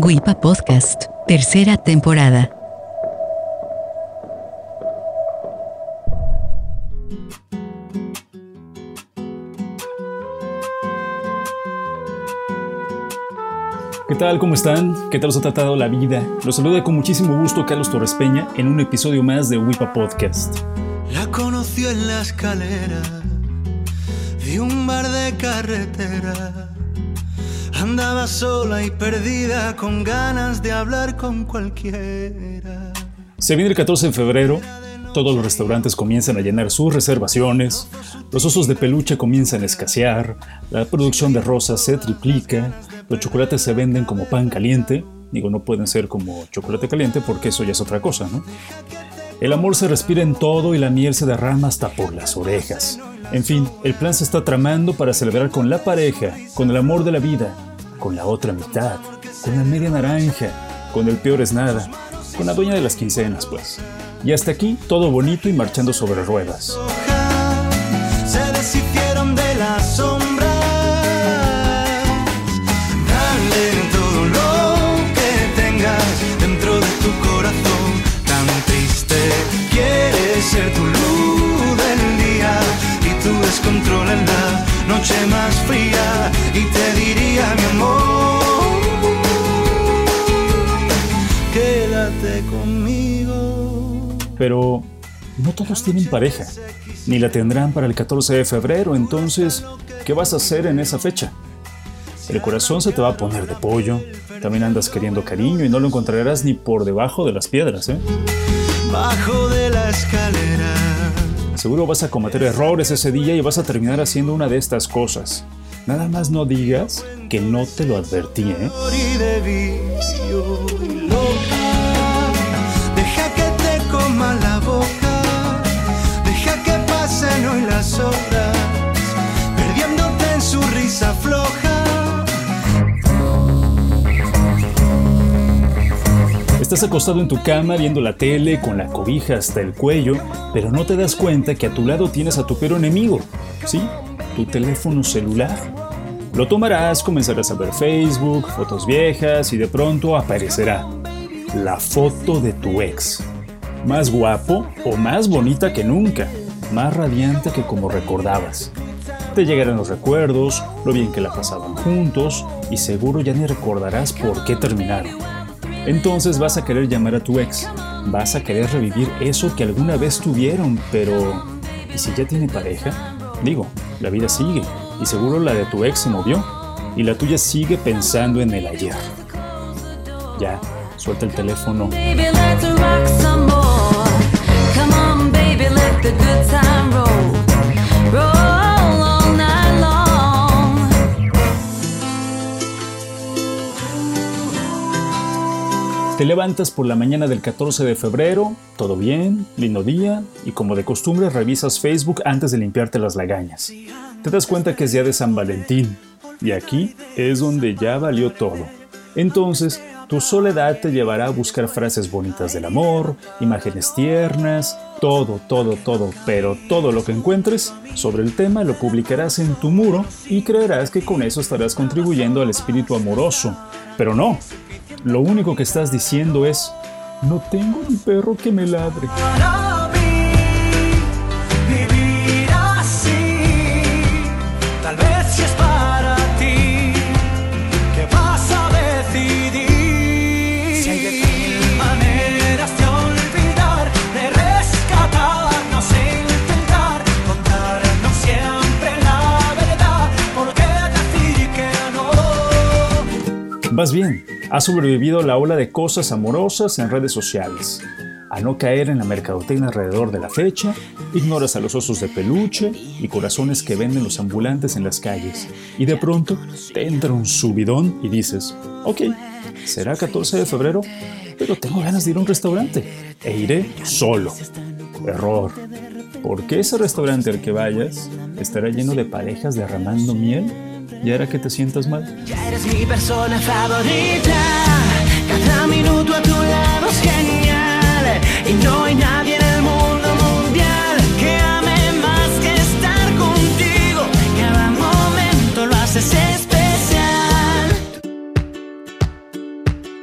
Wipa Podcast, tercera temporada. ¿Qué tal? ¿Cómo están? ¿Qué tal os ha tratado la vida? Los saluda con muchísimo gusto Carlos Torres Peña en un episodio más de Wipa Podcast. La conoció en la escalera de un bar de carretera. Andaba sola y perdida, con ganas de hablar con cualquiera. Se viene el 14 de febrero, todos los restaurantes comienzan a llenar sus reservaciones, los osos de peluche comienzan a escasear, la producción de rosas se triplica, los chocolates se venden como pan caliente. Digo, no pueden ser como chocolate caliente porque eso ya es otra cosa, ¿no? El amor se respira en todo y la miel se derrama hasta por las orejas. En fin, el plan se está tramando para celebrar con la pareja, con el amor de la vida, con la otra mitad, con la media naranja, con el peor es nada, con la dueña de las quincenas, pues. Y hasta aquí todo bonito y marchando sobre ruedas. Se deshicieron de las sombras. Dale todo lo que tengas dentro de tu corazón. Tan triste quieres ser tu luz del día y tu descontrol en la noche más fría. Y te diría, mi amor, quédate conmigo. Pero no todos tienen pareja, ni la tendrán para el 14 de febrero, entonces, ¿qué vas a hacer en esa fecha? El corazón se te va a poner de pollo, también andas queriendo cariño y no lo encontrarás ni por debajo de las piedras, ¿eh? Bajo de la escalera. Seguro vas a cometer errores ese día y vas a terminar haciendo una de estas cosas. Nada más no digas que no te lo advertí, ¿eh? Deja que te coma la boca, deja que pasen hoy las horas, perdiéndote en su risa floja. Estás acostado en tu cama viendo la tele con la cobija hasta el cuello, pero no te das cuenta que a tu lado tienes a tu peor enemigo, ¿sí? Tu teléfono celular. Lo tomarás, comenzarás a ver Facebook, fotos viejas y de pronto aparecerá la foto de tu ex. Más guapo o más bonita que nunca, más radiante que como recordabas. Te llegarán los recuerdos, lo bien que la pasaban juntos y seguro ya ni recordarás por qué terminaron. Entonces vas a querer llamar a tu ex, vas a querer revivir eso que alguna vez tuvieron, pero ¿y si ya tiene pareja? Digo, la vida sigue y seguro la de tu ex se movió y la tuya sigue pensando en el ayer. Ya, suelta el teléfono. Baby, let's rock some more. Come on, baby, let the good time roll. Roll all night long. Te levantas por la mañana del 14 de febrero, todo bien, lindo día, y como de costumbre revisas Facebook antes de limpiarte las lagañas. Te das cuenta que es día de San Valentín, y aquí es donde ya valió todo. Entonces, tu soledad te llevará a buscar frases bonitas del amor, imágenes tiernas, todo, pero todo lo que encuentres sobre el tema lo publicarás en tu muro y creerás que con eso estarás contribuyendo al espíritu amoroso. Pero no, lo único que estás diciendo es, no tengo un perro que me ladre. Para mí, vivir así, tal vez si es para ti, ¿qué vas a decidir? Si hay de mil maneras de olvidar, de rescatarnos e intentar contarnos siempre la verdad, ¿por qué decir que no? Vas bien, has sobrevivido a la ola de cosas amorosas en redes sociales. A no caer en la mercadotecnia alrededor de la fecha, ignoras a los osos de peluche y corazones que venden los ambulantes en las calles. Y de pronto te entra un subidón y dices, ok, será 14 de febrero, pero tengo ganas de ir a un restaurante e iré solo. Error, porque ese restaurante al que vayas estará lleno de parejas derramando miel y hará que te sientas mal. Ya eres mi persona favorita, cada minuto a tu lado es genial, y no hay nadie en el mundo mundial que ame más que estar contigo, cada momento lo haces especial.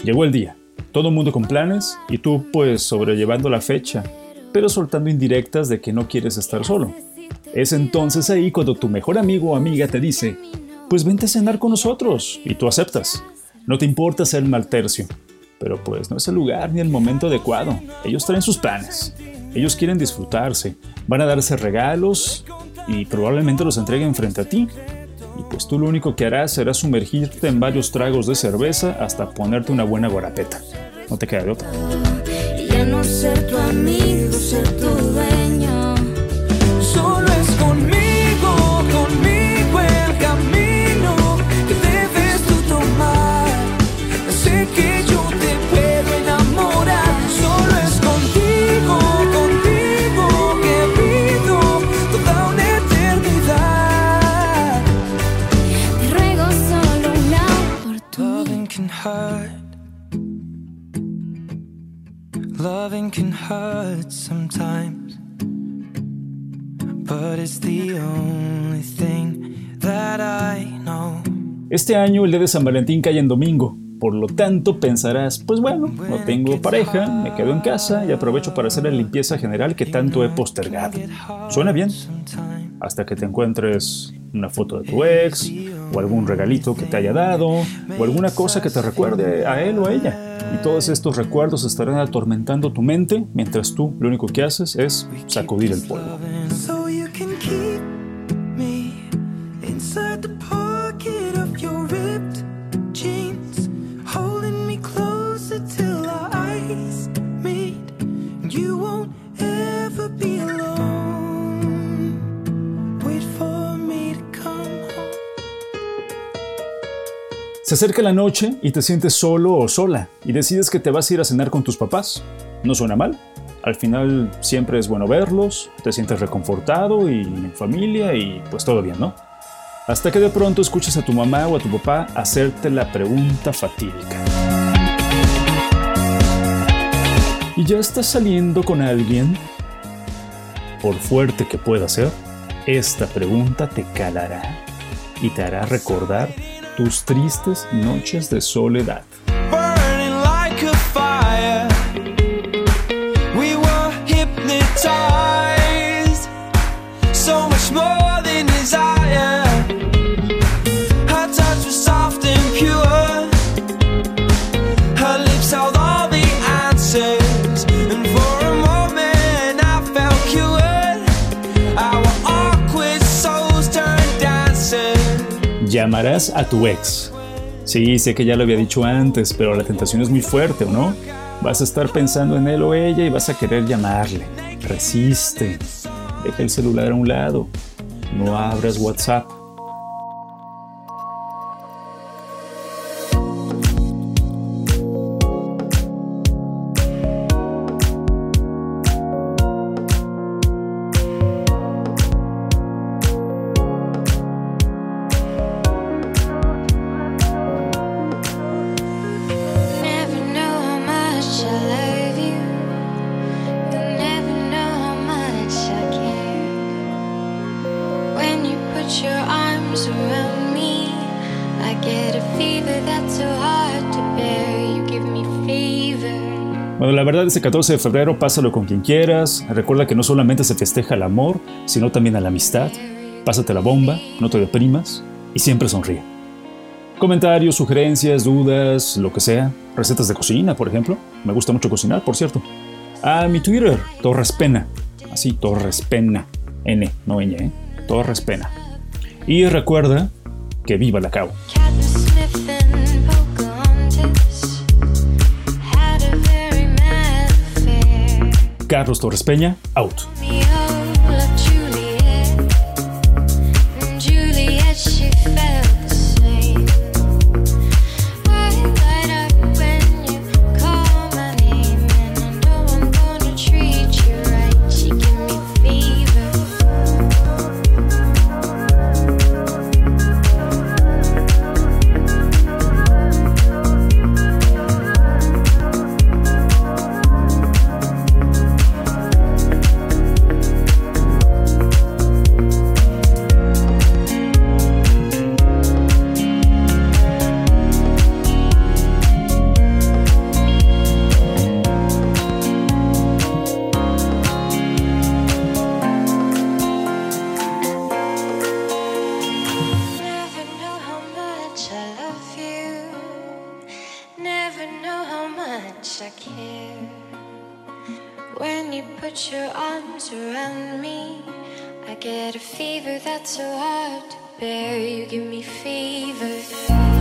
Llegó el día, todo el mundo con planes y tú pues sobrellevando la fecha, pero soltando indirectas de que no quieres estar solo. Es entonces ahí cuando tu mejor amigo o amiga te dice, pues vente a cenar con nosotros, y tú aceptas. No te importa ser el mal tercio, pero pues no es el lugar ni el momento adecuado. Ellos traen sus planes, ellos quieren disfrutarse, van a darse regalos y probablemente los entreguen frente a ti. Y pues tú lo único que harás será sumergirte en varios tragos de cerveza hasta ponerte una buena guarapeta. No te queda de otra. Ya no ser tu amigo, ser tu dueño. Solo es conmigo el camino que debes tú tomar. Sé que yo te puedo enamorar. Solo es contigo que pido toda una eternidad. Te ruego solo una oportunidad. Loving can hurt sometimes, but it's the only thing that I know. Este año el día de San Valentín cae en domingo, por lo tanto pensarás, pues bueno, no tengo pareja, me quedo en casa y aprovecho para hacer la limpieza general que tanto he postergado. Suena bien, hasta que te encuentres una foto de tu ex, o algún regalito que te haya dado, o alguna cosa que te recuerde a él o a ella. Y todos estos recuerdos estarán atormentando tu mente mientras tú lo único que haces es sacudir el polvo. So you can keep me inside the pocket of your ripped jeans, holding me closer till our eyes meet. You won't ever be alone. Wait for me to come home. Se acerca la noche y te sientes solo o sola y decides que te vas a ir a cenar con tus papás. No suena mal. Al final siempre es bueno verlos, te sientes reconfortado y en familia y pues todo bien, ¿no? Hasta que de pronto escuchas a tu mamá o a tu papá hacerte la pregunta fatídica. ¿Y ya estás saliendo con alguien? Por fuerte que pueda ser, esta pregunta te calará y te hará recordar tus tristes noches de soledad. Burning like a fire, we were hypnotized, so much more than desire. Her touch was soft and pure, her lips held all the answers, and for a moment I felt cured. Our awkward souls turned dancers. Llamarás a tu ex. Sí, sé que ya lo había dicho antes, pero la tentación es muy fuerte, ¿o no? Vas a estar pensando en él o ella y vas a querer llamarle. Resiste. Deja el celular a un lado. No abras WhatsApp. Never know how much I love you. You'll never know how much I care. When you put your arms around me, I get a fever that's so hard to bear. You give me fever. Bueno, la verdad, este 14 de febrero pásalo con quien quieras. Recuerda que no solamente se festeja el amor, sino también a la amistad. Pásate la bomba, no te deprimas y siempre sonríe. Comentarios, sugerencias, dudas, lo que sea. Recetas de cocina, por ejemplo. Me gusta mucho cocinar, por cierto. A mi Twitter, Torrespena. Así, Torrespena. N, no ñ, ¿eh? Torrespena. Y recuerda que viva la CAU. Katniss Smith and Pocahontas had a very mad affair. Carlos Torres Peña, out. Romeo loved Juliet, and Juliet she felt the same. I light up when you call my name, and I know I'm gonna treat you right. She give me fever. care. When you put your arms around me, I get a fever that's so hard to bear. You give me fever.